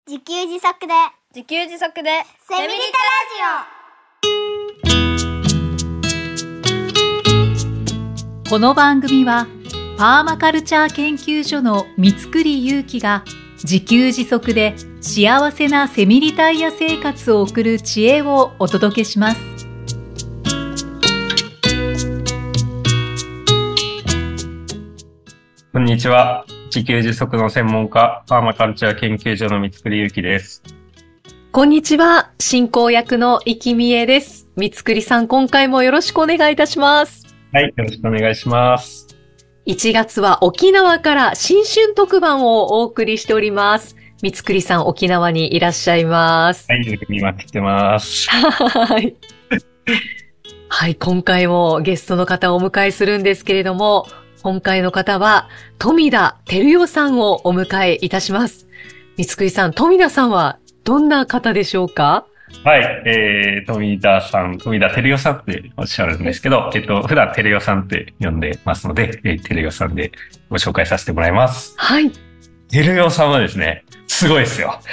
自給自足でセミリタラジオ。この番組はパーマカルチャー研究所の三栗祐樹が自給自足で幸せなセミリタイヤ生活を送る知恵をお届けします。 こんにちは。自給自足の専門家、パーマカルチャー研究所の三栗祐樹です。 こんにちは。進行役の生きみえです。三栗さん、今回もよろしくお願いいたします。 はい、よろしくお願いします。 1月は沖縄から新春特番をお送りしております。三栗さん、沖縄にいらっしゃいます。 はい、見まってます。 はい。はい、今回もゲストの方をお迎えするんですけれども、今回の方は富田照代さんをお迎えいたします。三栗さん、富田さんはどんな方でしょうか？ はい、富田照代さんっておっしゃるんですけど、普段照代さんって呼んでますので、照代さんでご紹介させてもらいます。 はい。 照代さんはですね、すごいですよ。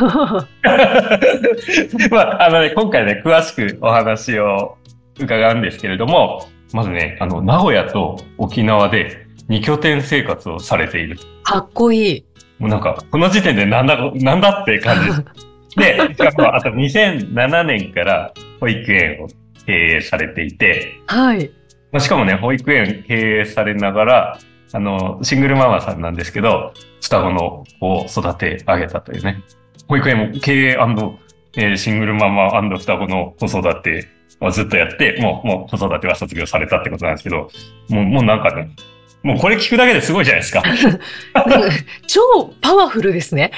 今回ね、詳しくお話を伺うんですけれども、まずね、名古屋と沖縄で2拠点生活をされている。 かっこいい。 もうなんか、この時点でなんだって感じです。で、しかも、あと2007年から保育園を経営されていて、 はい。 しかもね、保育園経営されながら、シングルママさんなんですけど、双子の子を育て上げたというね。保育園も経営&、シングルママ&双子の子育てをずっとやって、もう子育ては卒業されたってことなんですけど、もうなんかね、もうこれ聞くだけですごいじゃないですか。 超パワフルですね。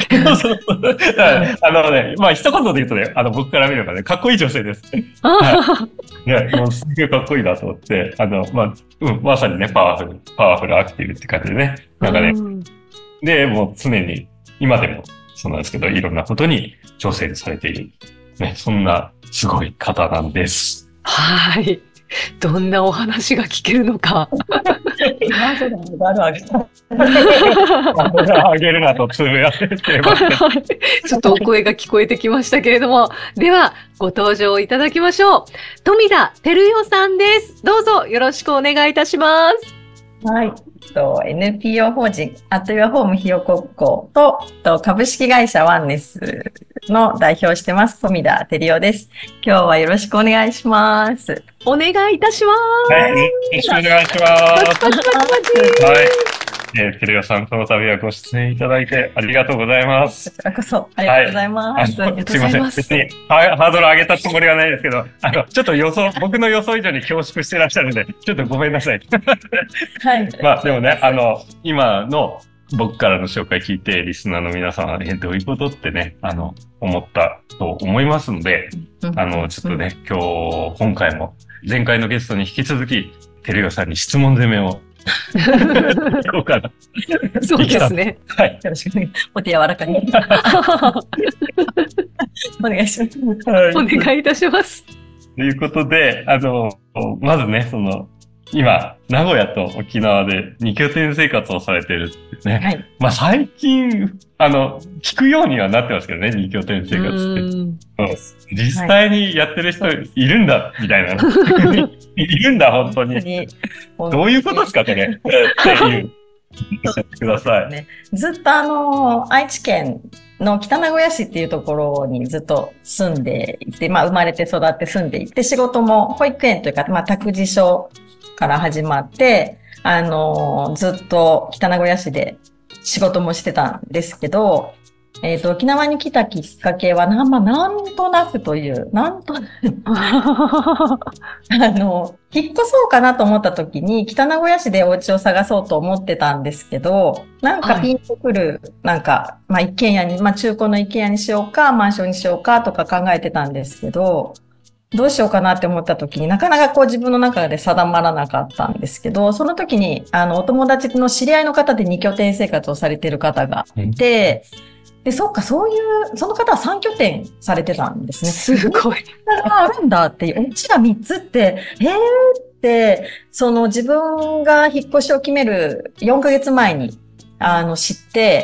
一言で言うとね、僕から見ればね、かっこいい女性です。はい。いや、もうすげえかっこいいなと思って、まさにね、パワフルアクティブって感じでね、なんかね、で、もう常に、今でもそうなんですけど、いろんなことに挑戦されている、ね、そんなすごい方なんです。 はい。どんなお話が聞けるのか。 あげるなとつぶやってます。 ちょっとお声が聞こえてきましたけれども、ではご登場いただきましょう。富田照代さんです。どうぞよろしくお願いいたします。 はい。NPO 法人アットユアホームひよこっこと株式会社ワンネスの代表をしてます富田照代です。今日はよろしくお願いします。 お願いいたします。 はい、よろしくお願いします。はい。照代さん、この度はご出演いただいてありがとうございます。 こちらこそありがとうございます。 すいません。別にハードル上げたつもりはないですけど、ちょっと僕の予想以上に恐縮してらっしゃるんで、ちょっとごめんなさい。 はい。 でもね、今の僕からの紹介聞いて、リスナーの皆さんは、どういうことってね、思ったと思いますので、ちょっとね、今回も前回のゲストに引き続き、照代さんに質問攻めをどうかな。 そうですね。 はい。よろしくお願いします。お手柔らかに。お願いします。 はい。お願いいたします。 ということで、まずね、今、名古屋と沖縄で2拠点生活をされてるってね。はい。最近、聞くようにはなってますけどね、2拠点生活って。実際にやってる人いるんだ、みたいな。いるんだ、本当に。どういうことですか、これ。っていう。教えてください。 ね、ずっと愛知県の北名古屋市っていうところにずっと住んでいて、生まれて育って住んでいて、仕事も保育園というか、託児所から始まって、ずっと北名古屋市で仕事もしてたんですけど、沖縄に来たきっかけは、なんとなくという、引っ越そうかなと思った時に、北名古屋市でお家を探そうと思ってたんですけど、ピンとくる、一軒家に、中古の一軒家にしようか、マンションにしようかとか考えてたんですけど、どうしようかなって思った時になかなか自分の中で定まらなかったんですけど、その時にお友達の知り合いの方で2拠点生活をされている方がいて、で、その方は3拠点されてたんですね。 すごい。 あるんだっていう、うちが3つって、って、自分が引っ越しを決める4ヶ月前に、知って、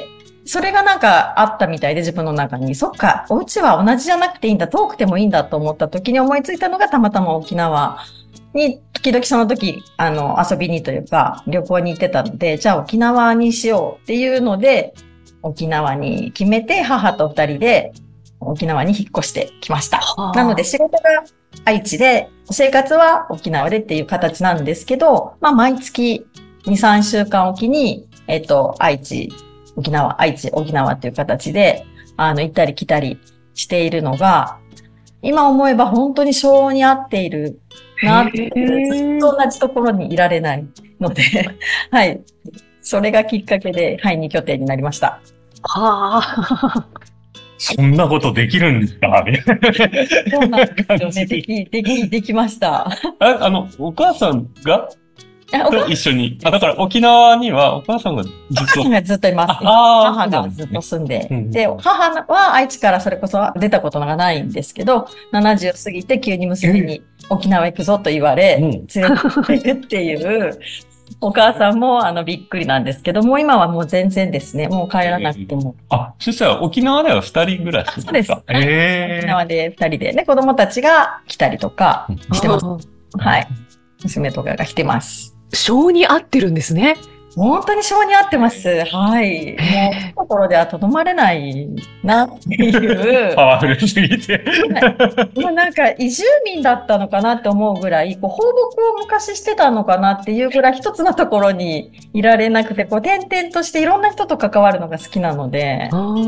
それがなんかあったみたいで自分の中に、そっか、お家は同じじゃなくていいんだ、遠くてもいいんだと思った時に思いついたのがたまたま沖縄に、時々その時、遊びにというか旅行に行ってたので、じゃあ沖縄にしようっていうので、沖縄に決めて母と二人で沖縄に引っ越してきました。なので仕事が愛知で、生活は沖縄でっていう形なんですけど、まあ毎月2、3週間おきに、愛知、沖縄っていう形で、行ったり来たりしているのが、今思えば本当に性に合っているなって、ずっと同じところにいられないので、はい。それがきっかけで、はい、2拠点になりました。 はあ。 そんなことできるんですかそうなんですよね。できました。 お母さんがと一緒に。だから沖縄にはお母さんがずっと。お母さんがずっといます。母がずっと住んで。で、母は愛知からそれこそ出たことがないんですけど、70過ぎて急に娘に沖縄行くぞと言われ、連れて行くっていう、お母さんもびっくりなんですけども、今はもう全然ですね、もう帰らなくても。 そしたら沖縄では2人暮らしですか？ そうです。沖縄で2人で、ね、子供たちが来たりとかしてます。はい。娘とかが来てます。 性に合ってるんですね。 本当に性に合ってます。はい。もう、ところではとどまれないなっていう。 パワフルすぎて。 もうなんか移住民だったのかなって思うぐらい、放牧を昔してたのかなっていうぐらい一つのところにいられなくて、転々としていろんな人と関わるのが好きなので。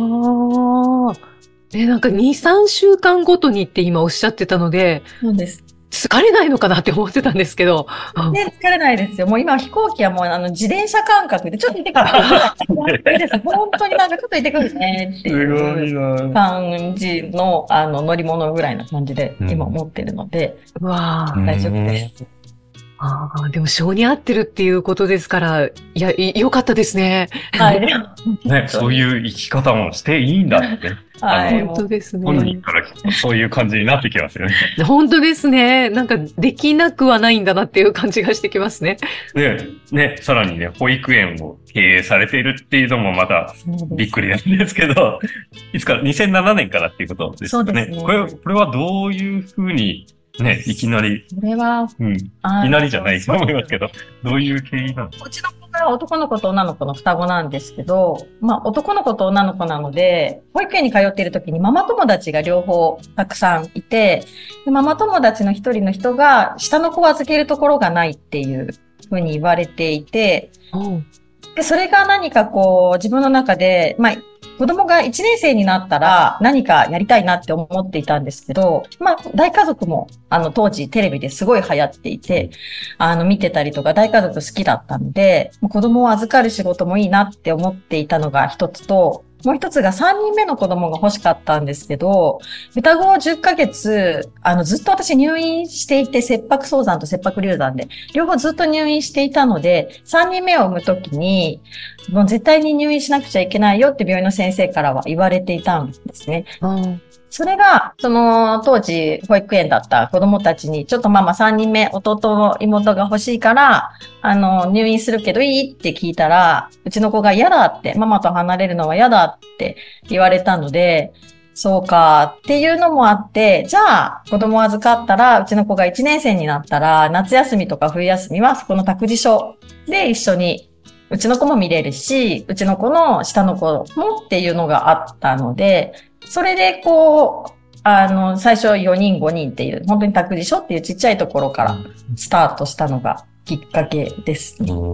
なんか2、3週間ごとにって今おっしゃってたので。 そうです。 疲れないのかなって思ってたんですけど。 ね、疲れないですよ。もう今飛行機はもう自転車感覚でちょっといてくる。本当になんかちょっといてくるねっていう感じの乗り物ぐらいな感じで今思ってるので、大丈夫です。 でも性に合ってるっていうことですから、良かったですね。 はい。 ね、そういう生き方もしていいんだって。 本当ですね。 本人からそういう感じになってきますよね。 本当ですね。なんかできなくはないんだなっていう感じがしてきますね。 ね、さらにね、保育園を経営されているっていうのもまたびっくりなんですけど、いつから2007年からっていうことですよね。そうですね。これはどういうふうにね、いきなり。 それは、 いきなりじゃないと思いますけど、どういう経緯なの？ うちの子が男の子と女の子の双子なんですけど、男の子と女の子なので、保育園に通っている時にママ友達が両方たくさんいて、でママ友達の一人の人が下の子を預けるところがないっていうふうに言われていて、で、それが何か自分の中で、子供が1年生になったら何かやりたいなって思っていたんですけど、大家族も当時テレビですごい流行っていて、見てたりとか大家族好きだったので、子供を預かる仕事もいいなって思っていたのが一つと、もう一つが3人目の子供が欲しかったんですけど、双子を10ヶ月、ずっと私入院していて、切迫早産と切迫流産で、両方ずっと入院していたので、3人目を産むときに、もう絶対に入院しなくちゃいけないよって病院の先生からは言われていたんですね。それが、当時、保育園だった子供たちに、ちょっとママ3人目、弟、妹が欲しいから、入院するけどいいって聞いたら、うちの子が嫌だって、ママと離れるのは嫌だって言われたので、そうかっていうのもあって、じゃあ、子供を預かったら、うちの子が1年生になったら、夏休みとか冬休みはそこの託児所で一緒に、うちの子も見れるし、うちの子の下の子もっていうのがあったので、それで最初4人5人っていう、本当に託児所っていうちっちゃいところからスタートしたのがきっかけですね。い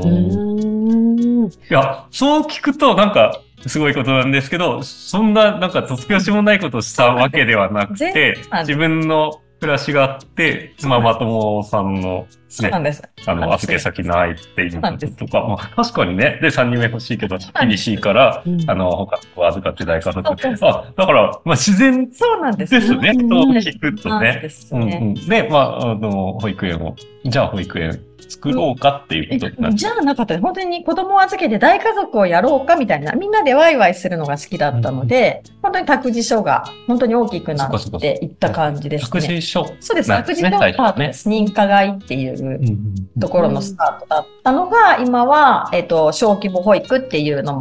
や、そう聞くとなんかすごいことなんですけど、そんななんか突拍子もないことをしたわけではなくて、自分の暮らしがあって、ママ友さんのね、預け先ないっていうこととか、確かにね、で、3人目欲しいけど、厳しいから、他の子預かって大家族。だから、自然ですね。そう聞くとね。で、保育園を、じゃあ保育園作ろうかっていうことになって。 じゃあなかった。本当に子供を預けて大家族をやろうかみたいな、みんなでワイワイするのが好きだったので、本当に託児所が本当に大きくなっていった感じですね。 託児所そうです。託児所がスタートです。認可外っていうところのスタートだったのが、今は、小規模保育っていうのも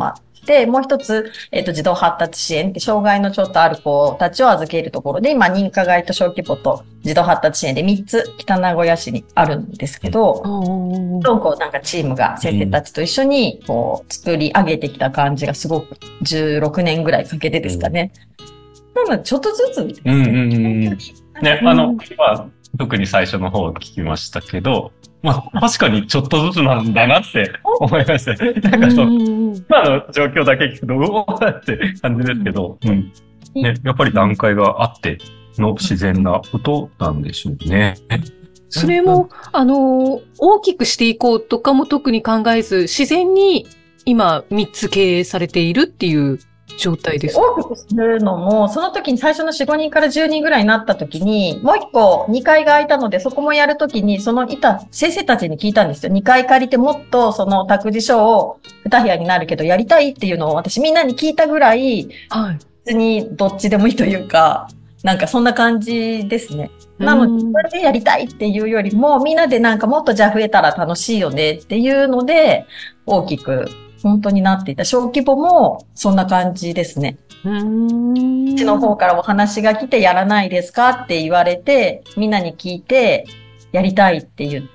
て、もう一つ、児童発達支援って障害のちょっとある子たちを預けるところで、今、認可外と小規模と児童発達支援で3つ、北名古屋市にあるんですけど、こうなんかチームが先生たちと一緒にこう作り上げてきた感じがすごく16年ぐらいかけてですかね。なので、ちょっとずつ。 ね、特に最初の方を聞きましたけど、確かにちょっとずつなんだなって思いました。なんか今の状況だけ聞くと、うおーって感じですけど、ね、やっぱり段階があっての自然なことなんでしょうね。 それも、大きくしていこうとかも特に考えず、自然に今3つ経営されているっていう状態ですか？ 大きくするのも、その時に最初の4、5人から10人ぐらいになった時に、もう1個2階が空いたので、そこもやる時に、そのいた先生たちに聞いたんですよ。2階借りてもっとその託児所を2部屋になるけどやりたいっていうのを私みんなに聞いたぐらい、別にどっちでもいいというか、なんかそんな感じですね。なので、それでやりたいっていうよりも、みんなでなんかもっとじゃあ増えたら楽しいよねっていうので、大きく本当になっていた。小規模もそんな感じですね。うちの方からお話が来てやらないですかって言われて、みんなに聞いて、やりたいって言って、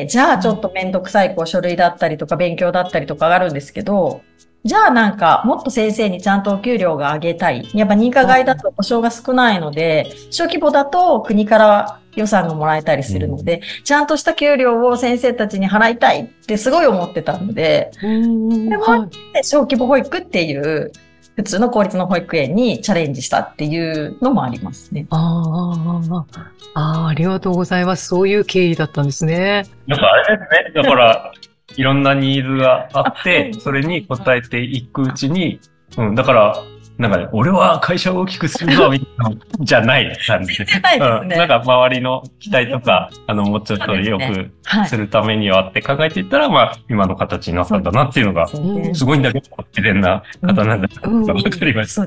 じゃあちょっとめんどくさい書類だったりとか勉強だったりとかがあるんですけど、じゃあなんかもっと先生にちゃんとお給料が上げたい。やっぱ認可外だと保証が少ないので、小規模だと国から予算がもらえたりするので、ちゃんとした給料を先生たちに払いたいってすごい思ってたので、でも小規模保育っていう普通の公立の保育園にチャレンジしたっていうのもありますね。 ありがとうございます。そういう経緯だったんですね。 なんかあれですね。だから、いろんなニーズがあって、それに応えていくうちに、だから、なんかね、俺は会社を大きくするぞ、みたいな、じゃない感じです。 じゃないですね。 なんか周りの期待とか、もうちょっと良くするためにはって考えていったら、今の形になったんだなっていうのが、すごいんだけど、自然な方なんだなわかりました。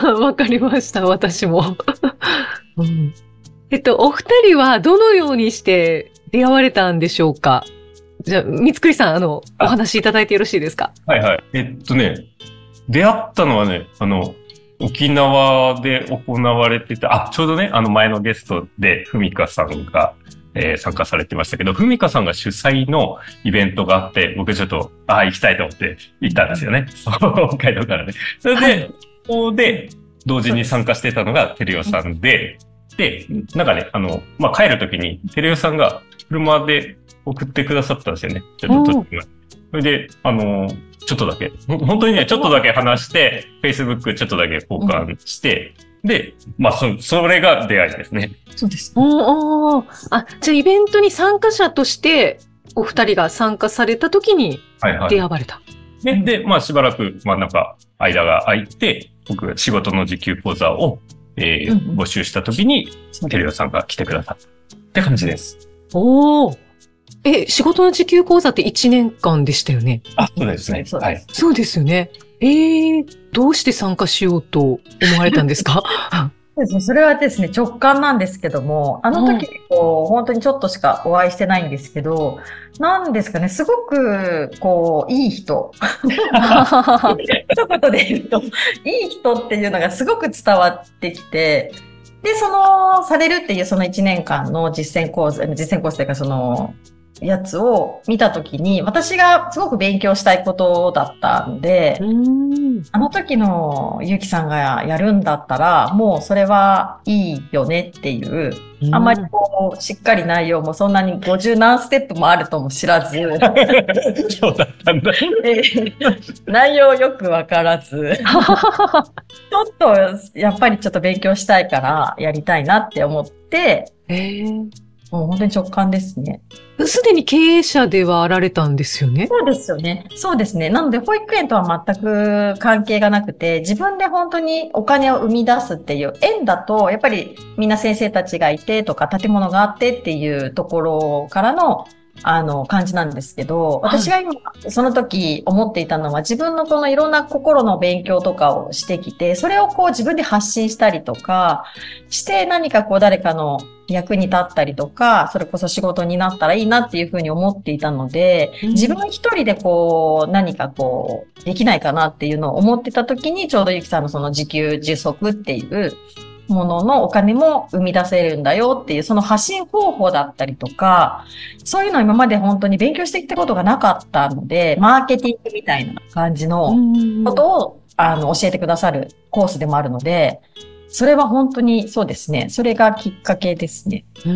わかりました、私も。お二人はどのようにして出会われたんでしょうか？じゃあ、三つくりさん、お話しいただいてよろしいですか？ はいはい。出会ったのはね、沖縄で行われてた、ちょうどね、前のゲストで、ふみかさんが、参加されてましたけど、ふみかさんが主催のイベントがあって、僕ちょっと、行きたいと思って行ったんですよね。北海道からね。それで、ここで、同時に参加してたのが、てるよさんで、なんかね、帰るときに、てるよさんが車で送ってくださったんですよね。ちょっとそれで、ちょっとだけ、本当にね、ちょっとだけ話して、Facebook ちょっとだけ交換して、で、それが出会いですね。 そうです。 じゃあイベントに参加者として、お二人が参加されたときに出会われた。 で、しばらく、なんか、間が空いて、僕が仕事の時給講座を、募集したときに、てるよさんが来てくださったって感じです。 仕事の時給講座って1年間でしたよね。 そうですね。はい。 そうですよね。どうして参加しようと思われたんですか？ それはですね、直感なんですけども、あの時に本当にちょっとしかお会いしてないんですけど、なんですかね、すごく、いい人。一言で言うと、いい人っていうのがすごく伝わってきて、で、されるっていうその1年間の実践コースというかやつを見たときに、私がすごく勉強したいことだったんで、あの時のゆうきさんがやるんだったら、もうそれはいいよねっていう、あんまりしっかり内容もそんなに50何ステップもあるとも知らず、 そうだったんだ。 内容よくわからず、ちょっとやっぱりちょっと勉強したいからやりたいなって思って、もう本当に直感ですね。 すでに経営者ではあられたんですよね。 そうですよね。そうですね。なので保育園とは全く関係がなくて、自分で本当にお金を生み出すっていう園だと、やっぱりみんな先生たちがいてとか建物があってっていうところからの感じなんですけど、私が今、その時思っていたのは、自分のこのいろんな心の勉強とかをしてきて、それをこう自分で発信したりとか、して何かこう誰かの役に立ったりとか、それこそ仕事になったらいいなっていうふうに思っていたので、自分一人でこう、何かこう、できないかなっていうのを思ってた時に、ちょうどゆきさんのその自給自足っていうもののお金も生み出せるんだよっていう、その発信方法だったりとか、そういうのを今まで本当に勉強してきたことがなかったので、マーケティングみたいな感じのことを、教えてくださるコースでもあるので、それは本当にそうですね。それがきっかけですね。 て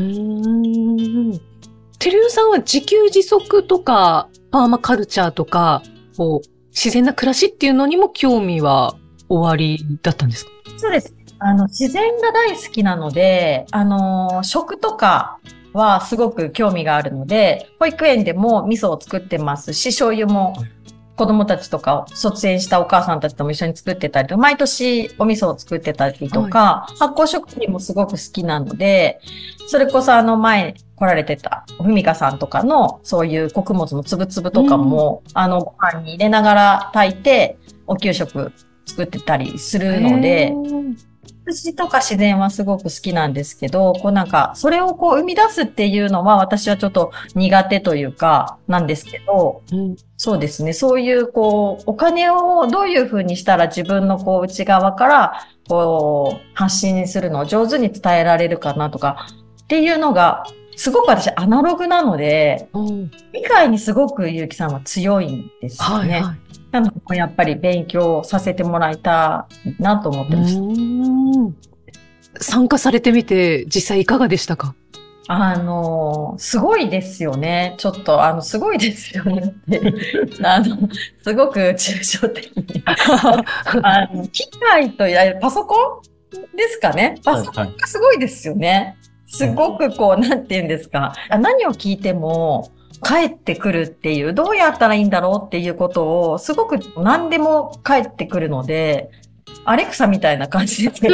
るよさんは自給自足とか、パーマカルチャーとか、こう、自然な暮らしっていうのにも興味はおありだったんですか？ そうです。自然が大好きなので、食とかはすごく興味があるので、保育園でも味噌を作ってますし、醤油も子供たちとか卒園したお母さんたちとも一緒に作ってたりとか、毎年お味噌を作ってたりとか、発酵食品もすごく好きなので、それこそ前来られてたふみかさんとかのそういう穀物のつぶつぶとかも、ご飯に入れながら炊いてお給食作ってたりするので、羊とか自然はすごく好きなんですけど、こうなんか、それをこう生み出すっていうのは私はちょっと苦手というか、なんですけど、そうですね、そういうこう、お金をどういうふうにしたら自分のこう内側から、こう、発信するのを上手に伝えられるかなとか、っていうのが、すごく私アナログなので、理解にすごくゆうきさんは強いんですよね。なので、やっぱり勉強させてもらいたいなと思ってました。 参加されてみて、実際いかがでしたか？ すごいですよね。ちょっと、すごいですよねって。すごく抽象的に。機械とパソコンですかね。パソコンがすごいですよね。すごくこう、なんて言うんですか。何を聞いても、帰ってくるっていう、どうやったらいいんだろうっていうことを、すごく何でも帰ってくるので、アレクサみたいな感じですけど。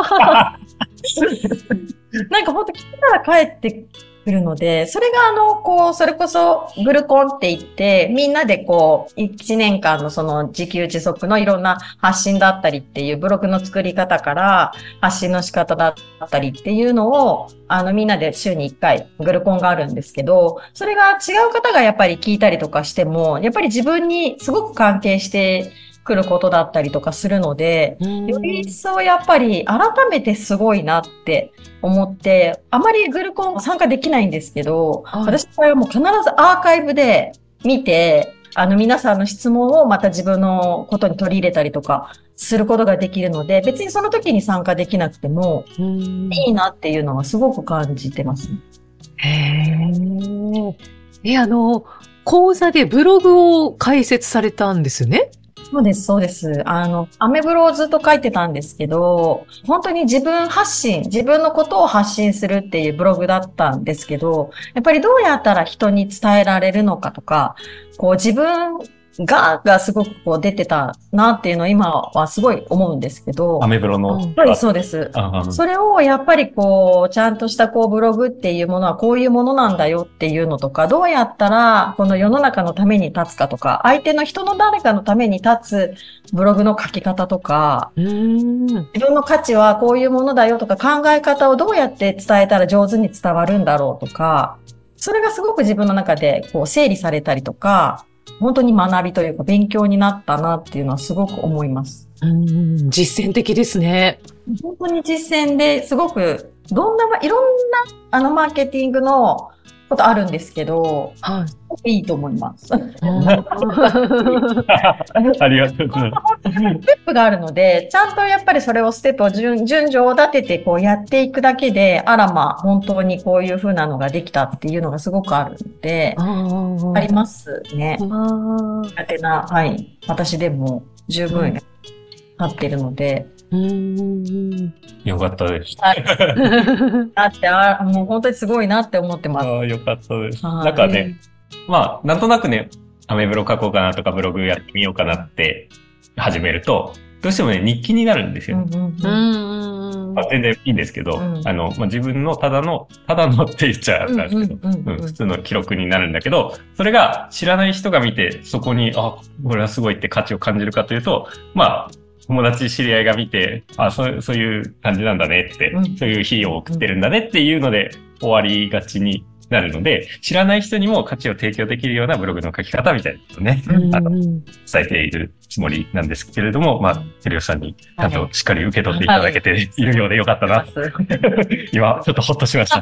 なんかほんと聞いたら帰ってくるので、それがこう、それこそグルコンって言って、みんなでこう、1年間のその自給自足のいろんな発信だったりっていうブログの作り方から発信の仕方だったりっていうのを、みんなで週に1回グルコンがあるんですけど、それが違う方がやっぱり聞いたりとかしても、やっぱり自分にすごく関係してくることだったりとかするので、より一層やっぱり改めてすごいなって思って、あまりグルコン参加できないんですけど、私はもう必ずアーカイブで見て、皆さんの質問をまた自分のことに取り入れたりとかすることができるので、別にその時に参加できなくてもいいなっていうのはすごく感じてますね。 講座でブログを開設されたんですよね。 そうです、そうです。アメブロをずっと書いてたんですけど、本当に自分のことを発信するっていうブログだったんですけど、やっぱりどうやったら人に伝えられるのかとか、こう自分がすごくこう出てたなっていうのを今はすごい思うんですけど。 アメブロの。 そうです。それをやっぱりこう、ちゃんとしたこうブログっていうものはこういうものなんだよっていうのとか、どうやったらこの世の中のために立つかとか、相手の人の誰かのために立つブログの書き方とか、自分の価値はこういうものだよとか、考え方をどうやって伝えたら上手に伝わるんだろうとか、それがすごく自分の中でこう整理されたりとか、本当に学びというか勉強になったなっていうのはすごく思います。 実践的ですね。 本当に実践ですごくいろんなマーケティングのことあるんですけど、いいと思います。 ありがとうございます。 ステップがあるので、ちゃんとやっぱりそれをステップを順序を立ててこうやっていくだけで、本当にこういう風なのができたっていうのがすごくあるので、ありますね。私でも十分立ってるので。 よかったです。 もう本当にすごいなって思ってます。 よかったです。なんかね、なんとなくね、アメブロ書こうかなとかブログやってみようかなって始めると、 どうしてもね、日記になるんですよ。全然いいんですけど、自分のただのって言っちゃうんですけど、普通の記録になるんだけど、それが知らない人が見て、そこに、これはすごいって価値を感じるかというと、友達知り合いが見て、そういう感じなんだねって、そういう日を送ってるんだねっていうので終わりがちになるので、知らない人にも価値を提供できるようなブログの書き方みたいなのをね、伝えているつもりなんですけれども、テレオさんにちゃんとしっかり受け取っていただけているようでよかったな。今、ちょっとほっとしました。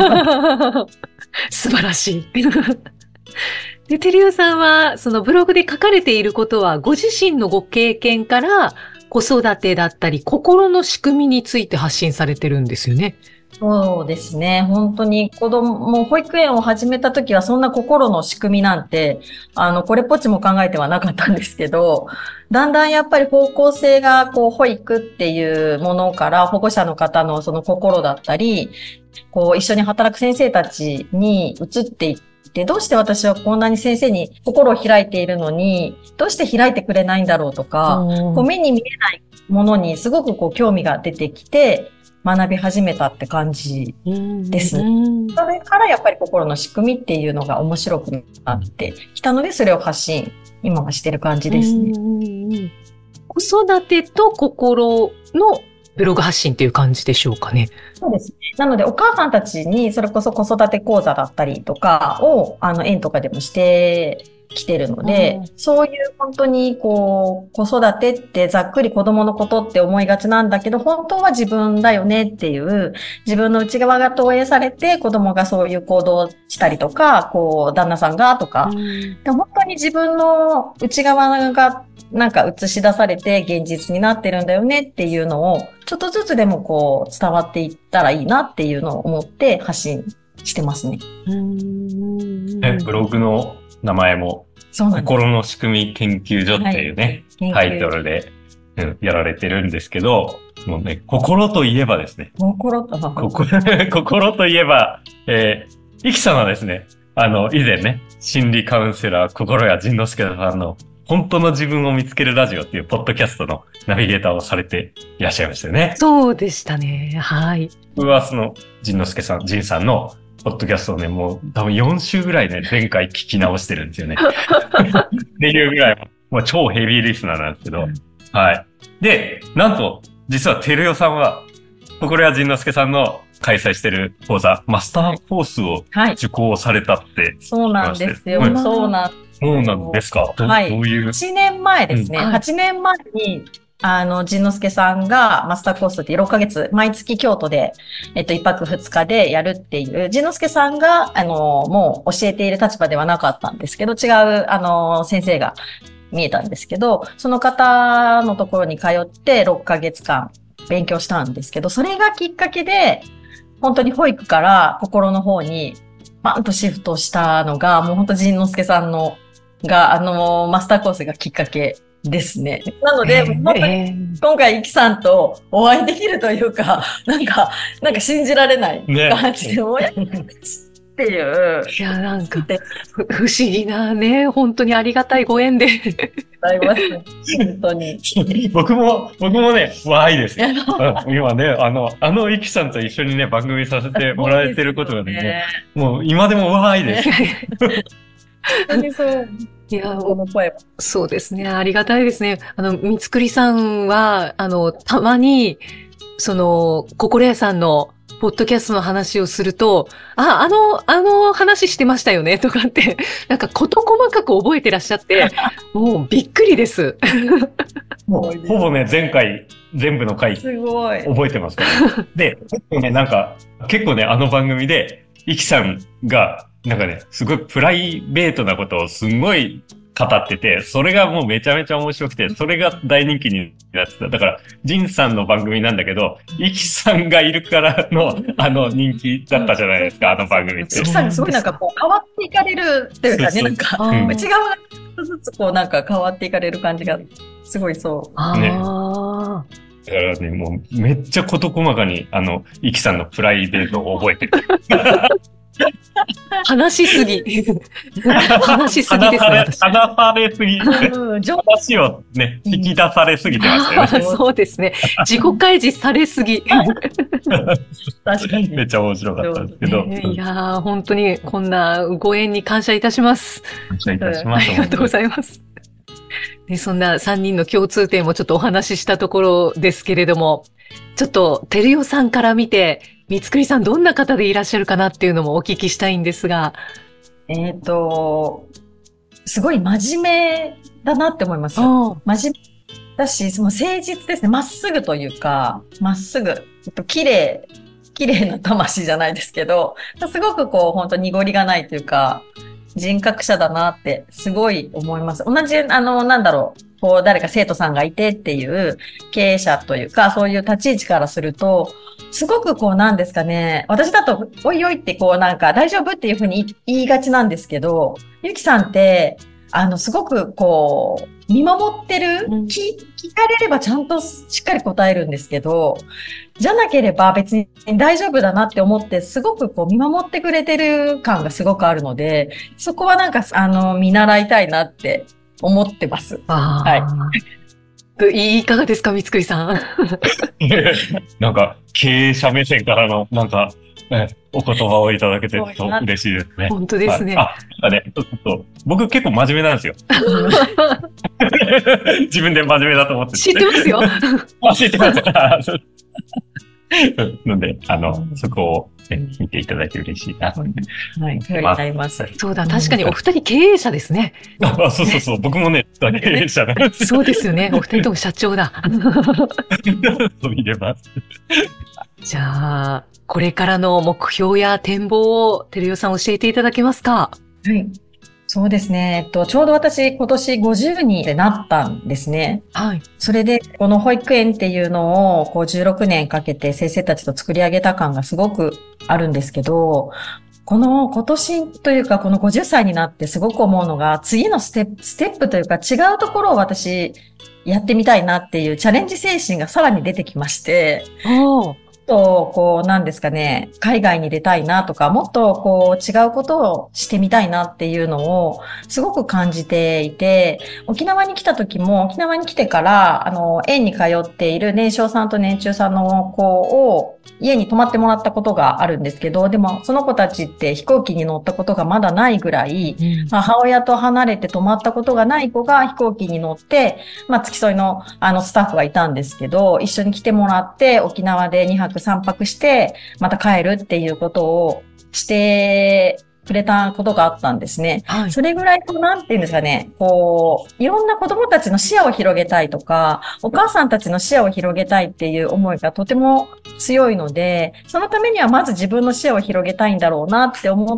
素晴らしい。で、テレオさんは、そのブログで書かれていることは、ご自身のご経験から、子育てだったり、心の仕組みについて発信されてるんですよね。 そうですね。本当に保育園を始めた時はそんな心の仕組みなんて、これっぽっちも考えてはなかったんですけど、だんだんやっぱり方向性が保育っていうものから保護者の方のその心だったり、一緒に働く先生たちに移っていって、どうして私はこんなに先生に心を開いているのに、どうして開いてくれないんだろうとか、目に見えないものにすごく興味が出てきて、学び始めたって感じですね。それからやっぱり心の仕組みっていうのが面白くなってきたので、それを発信、今はしてる感じですね。 子育てと心のブログ発信っていう感じでしょうかね。 そうですね。なので、お母さんたちに、それこそ子育て講座だったりとかを、園とかでもしてきてるので、そういう本当に子育てってざっくり子供のことって思いがちなんだけど、本当は自分だよねっていう、自分の内側が投影されて子供がそういう行動をしたりとか、旦那さんがとか、で本当に自分の内側がなんか映し出されて現実になってるんだよねっていうのを、ちょっとずつでも伝わっていったらいいなっていうのを思って発信してますね。 ブログの名前も、心の仕組み研究所っていうね、タイトルで、やられてるんですけど、もうね、心といえばですね。心といえば、イキさんはですね、以前ね、心理カウンセラー、心谷仁之助さんの、本当の自分を見つけるラジオっていうポッドキャストのナビゲーターをされていらっしゃいましたよね。 そうでしたね。はい。 僕はその、仁さんの、ポッドキャストをね、もう多分4週ぐらいね、前回聞き直してるんですよね。っていうぐらい、もう超ヘビーリスナーなんですけど。はい。で、なんと、実はテルヨさんは、心谷仁之助さんの開催してる講座、マスターコースを受講されたって、 そうなんですよ。そうなんですか。 どういう ?8 年前ですね。8年前に、仁之助さんがマスターコースって6ヶ月、毎月京都で、1泊2日でやるっていう、仁之助さんが、もう教えている立場ではなかったんですけど、違う、先生が見えたんですけど、その方のところに通って6ヶ月間勉強したんですけど、それがきっかけで、本当に保育から心の方に、バンとシフトしたのが、もう本当仁之助さんが、マスターコースがきっかけですね。なので、本当に今回、イキさんとお会いできるというか、なんか信じられない感じで、っていう。 いや、なんか、不思議なね、本当にありがたいご縁で。 あります。本当に。 僕もね、わーいです。今ね、イキさんと一緒にね、番組させてもらえてることがね、もう今でもわーいです。 本当にそう。 いや、そうですね。ありがたいですね。三つくりさんは、たまに、心屋さんの、ポッドキャストの話をすると、あの話してましたよね、とかって、なんか事細かく覚えてらっしゃって、もうびっくりです。 ほぼね、前回、全部の回、覚えてますから、ね。で、結構ね、あの番組で、イキさんが、なんかね、すごいプライベートなことをすんごい語ってて、それがもうめちゃめちゃ面白くて、それが大人気になってた。だから、ジンさんの番組なんだけど、イキさんがいるからの、人気だったじゃないですか、あの番組って。 イキさんがすごいなんか変わっていかれるっていうかね、なんか、内側がちょっとずつなんか変わっていかれる感じが、すごいそう。 ね。だからね、もうめっちゃ事細かに、イキさんのプライベートを覚えてる。 話しすぎ。話しすぎですね、私。 話されすぎ。話をね、引き出されすぎてましたよね。 そうですね。自己開示されすぎ。 確かに。 めっちゃ面白かったんですけど。 いやー、本当にこんなご縁に感謝いたします。 感謝いたします。 ありがとうございます。で、そんな3人の共通点もちょっとお話ししたところですけれども、ちょっと、照代さんから見て、三つくりさんどんな方でいらっしゃるかなっていうのもお聞きしたいんですが。 すごい真面目だなって思います。真面目だし、その誠実ですね。まっすぐというか、まっすぐ。綺麗な魂じゃないですけど、すごくこう、本当濁りがないというか、人格者だなってすごい思います。同じ、なんだろう、こう、誰か生徒さんがいてっていう経営者というか、そういう立ち位置からすると、すごくこう、なんですかね、私だと、おいおいってこう、なんか大丈夫っていうふうに言いがちなんですけど、ゆきさんって、すごくこう、見守ってる、聞かれればちゃんとしっかり答えるんですけど、じゃなければ別に大丈夫だなって思って、すごくこう見守ってくれてる感がすごくあるので、そこはなんか、見習いたいなって思ってます。はい。 いかがですか、三つくりさん。 なんか、経営者目線からの、なんか、お言葉をいただけてと嬉しいですね。 本当ですね。 僕結構真面目なんですよ。自分で真面目だと思って知ってますよ。 知ってます。ので、そこを見ていただいて嬉しいな。はい、 ありがとうございます。 そうだ、確かにお二人経営者ですね。 そう。僕もね、経営者なんです。 そうですよね。お二人とも社長だ。 そう見れます。 じゃあ、これからの目標や展望を照代さん教えていただけますか？ はい。そうですね。ちょうど私今年50になったんですね。 はい。 それで、この保育園っていうのをこう16年かけて先生たちと作り上げた感がすごくあるんですけど、今年というかこの50歳になってすごく思うのが、次のステップというか違うところを私やってみたいなっていうチャレンジ精神がさらに出てきまして、こう、なんですかね、海外に出たいなとか、もっとこう、違うことをしてみたいなっていうのを、すごく感じていて、沖縄に来た時も、沖縄に来てから、園に通っている年少さんと年中さんの子を、家に泊まってもらったことがあるんですけど、でも、その子たちって飛行機に乗ったことがまだないぐらい、母親と離れて泊まったことがない子が飛行機に乗って、付き添いの、スタッフがいたんですけど、一緒に来てもらって、沖縄で2泊3泊して、また帰るっていうことをしてくれたことがあったんですね。はい、それぐらい、なんていうんですかね、いろんな子供たちの視野を広げたいとか、お母さんたちの視野を広げたいっていう思いがとても強いので、そのためにはまず自分の視野を広げたいんだろうなって思って、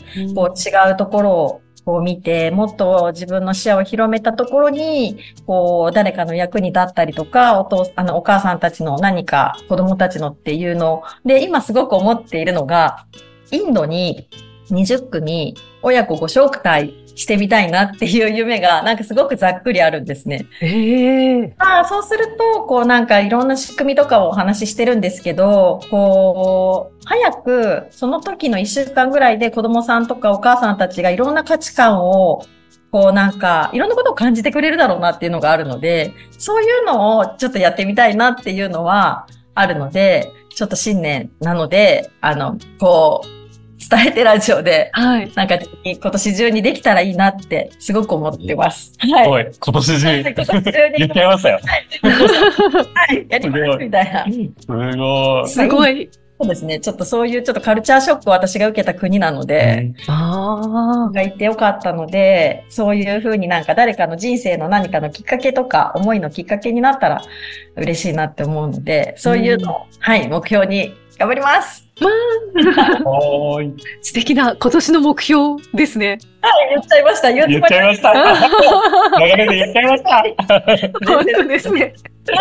違うところを見て、もっと自分の視野を広めたところに、誰かの役に立ったりとか、お母さんたちの何か子供たちのっていうので、今すごく思っているのが、インドに20組親子ご招待してみたいなっていう夢がなんかすごくざっくりあるんですね。そうすると、なんかいろんな仕組みとかをお話ししてるんですけど、早くその時の1週間ぐらいで子供さんとかお母さんたちがいろんな価値観をなんかいろんなことを感じてくれるだろうなっていうのがあるので、そういうのをちょっとやってみたいなっていうのはあるので、ちょっと新年なので、伝えてラジオで、なんか今年中にできたらいいなってすごく思ってます。 はい。今年中に。言っちゃいましたよ。 はい。やりますみたいな。 すごい。 そうですね。ちょっとそういうちょっとカルチャーショックを私が受けた国なので、がいてよかったので、そういうふうになんか誰かの人生の何かのきっかけとか思いのきっかけになったら嬉しいなって思うので、そういうのを、目標に頑張ります。 素敵な今年の目標ですね。 言っちゃいました。 言っちゃいました。流れで言っちゃいました。 本当ですね。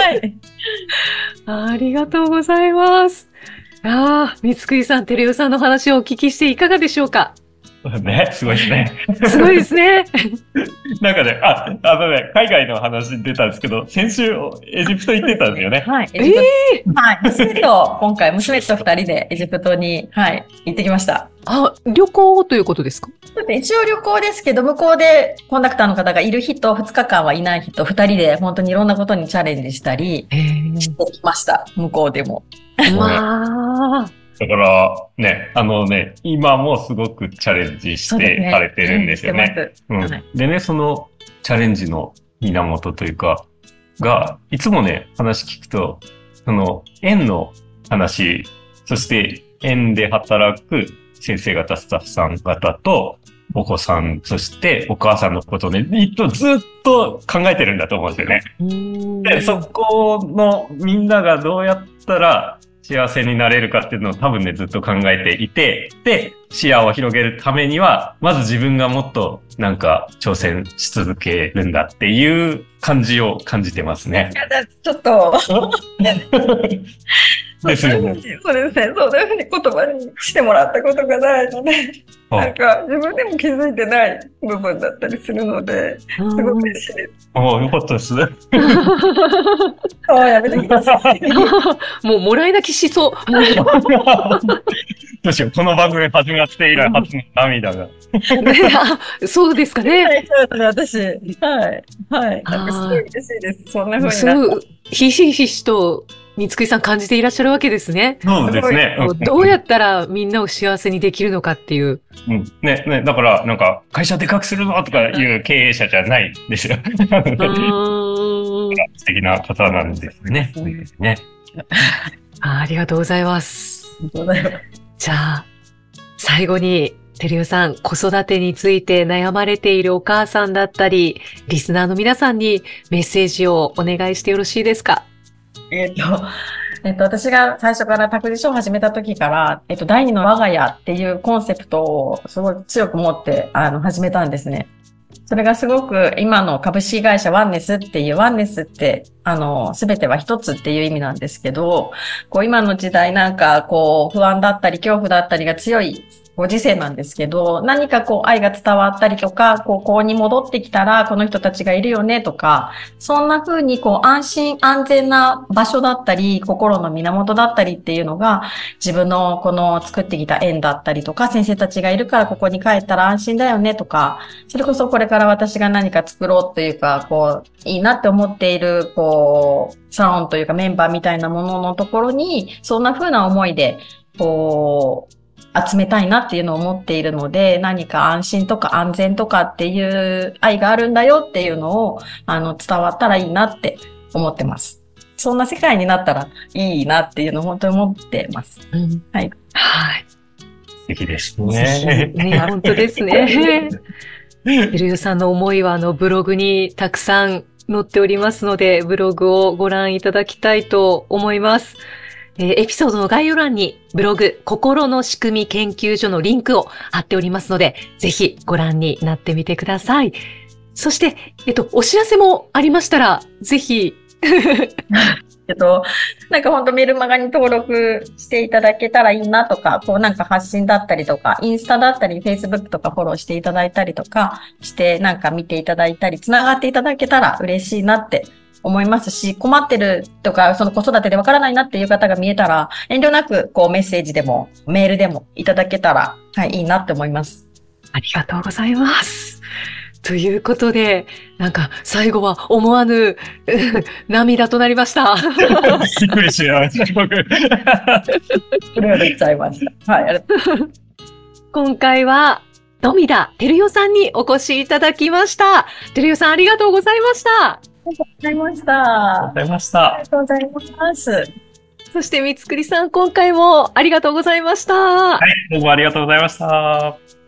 ありがとうございます。三つくりさん、照代さんの話をお聞きしていかがでしょうか？ ね、すごいですね。 すごいですね。 なんかね、海外の話出たんですけど、先週エジプト行ってたんですよね。 はい。エジプト、はい。今回娘と二人でエジプトに、はい、行ってきました。 旅行ということですか？ 一応旅行ですけど、向こうでコンダクターの方がいる日と2日間はいない日と2人で本当にいろんなことにチャレンジしたりしてきました。向こうでも。 まあ。 だからね、今もすごくチャレンジしてされてるんですよね。でね、そのチャレンジの源というか、いつもね、話聞くと、その園の話、そして園で働く先生方、スタッフさん方と、お子さん、そしてお母さんのことをね、ずっと考えてるんだと思うんですよね。で、そこのみんながどうやったら幸せになれるかっていうのを多分ね、ずっと考えていて、で、視野を広げるためには、まず自分がもっとなんか挑戦し続けるんだっていう感じを感じてますね。 いや、ちょっと。 ですよね。 そうですね。そういうふうに言葉にしてもらったことがないので、なんか自分でも気づいてない部分だったりするので、すごく嬉しいです。 よかったです。 やめてください。 もうもらい泣きしそう。 どうしよう。この番組始まって以来初の涙が。 そうですかね。 はい、そうですね、私。はい。はい。なんかすごい嬉しいです。そんな風になった。 ひしひしと、三つくりさん感じていらっしゃるわけですね。 そうですね。 どうやったらみんなを幸せにできるのかっていう。 ね、だから、なんか、会社でかくするぞとかいう経営者じゃないんですよ。素敵な方なんですね。ね。 ありがとうございます。じゃあ、最後に、てるよさん、子育てについて悩まれているお母さんだったり、リスナーの皆さんにメッセージをお願いしてよろしいですか？ 私が最初から託児所を始めた時から、第二の我が家っていうコンセプトをすごい強く持って、始めたんですね。それがすごく今の株式会社ワンネスって、すべては一つっていう意味なんですけど、今の時代なんか、不安だったり恐怖だったりが強いご時世なんですけど、何か愛が伝わったりとか、ここに戻ってきたらこの人たちがいるよねとか、そんな風に安心安全な場所だったり、心の源だったりっていうのが、自分のこの作ってきた縁だったりとか、先生たちがいるからここに帰ったら安心だよねとか、それこそこれから私が何か作ろうというか、いいなって思っている、サロンというかメンバーみたいなもののところに、そんな風な思いで、集めたいなっていうのを思っているので、何か安心とか安全とかっていう愛があるんだよっていうのを、伝わったらいいなって思ってます。そんな世界になったらいいなっていうのを本当に思ってます。はい。 はい。 素敵ですね。 本当ですね。てるよさんの思いはブログにたくさん載っておりますので、ブログをご覧いただきたいと思います。エピソードの概要欄にブログ、心の仕組み研究所のリンクを貼っておりますので、ぜひご覧になってみてください。そして、お知らせもありましたら、ぜひ。 なんか本当メルマガに登録していただけたらいいなとか、なんか発信だったりとか、インスタだったり、Facebook とかフォローしていただいたりとかして、なんか見ていただいたり、つながっていただけたら嬉しいなって思いますし、困ってるとか、その子育てでわからないなっていう方が見えたら、遠慮なくメッセージでもメールでもいただけたら、はい、いいなって思います。 ありがとうございます。ということで、なんか最後は思わぬ涙となりました。 びっくりしました、僕。 それはできちゃいました。はい。 今回は、富田てるよさんにお越しいただきました。てるよさんありがとうございました。 ありがとうございました。 ありがとうございました。 ありがとうございます。 そして三つくりさん、今回もありがとうございました。 はい、どうもありがとうございました。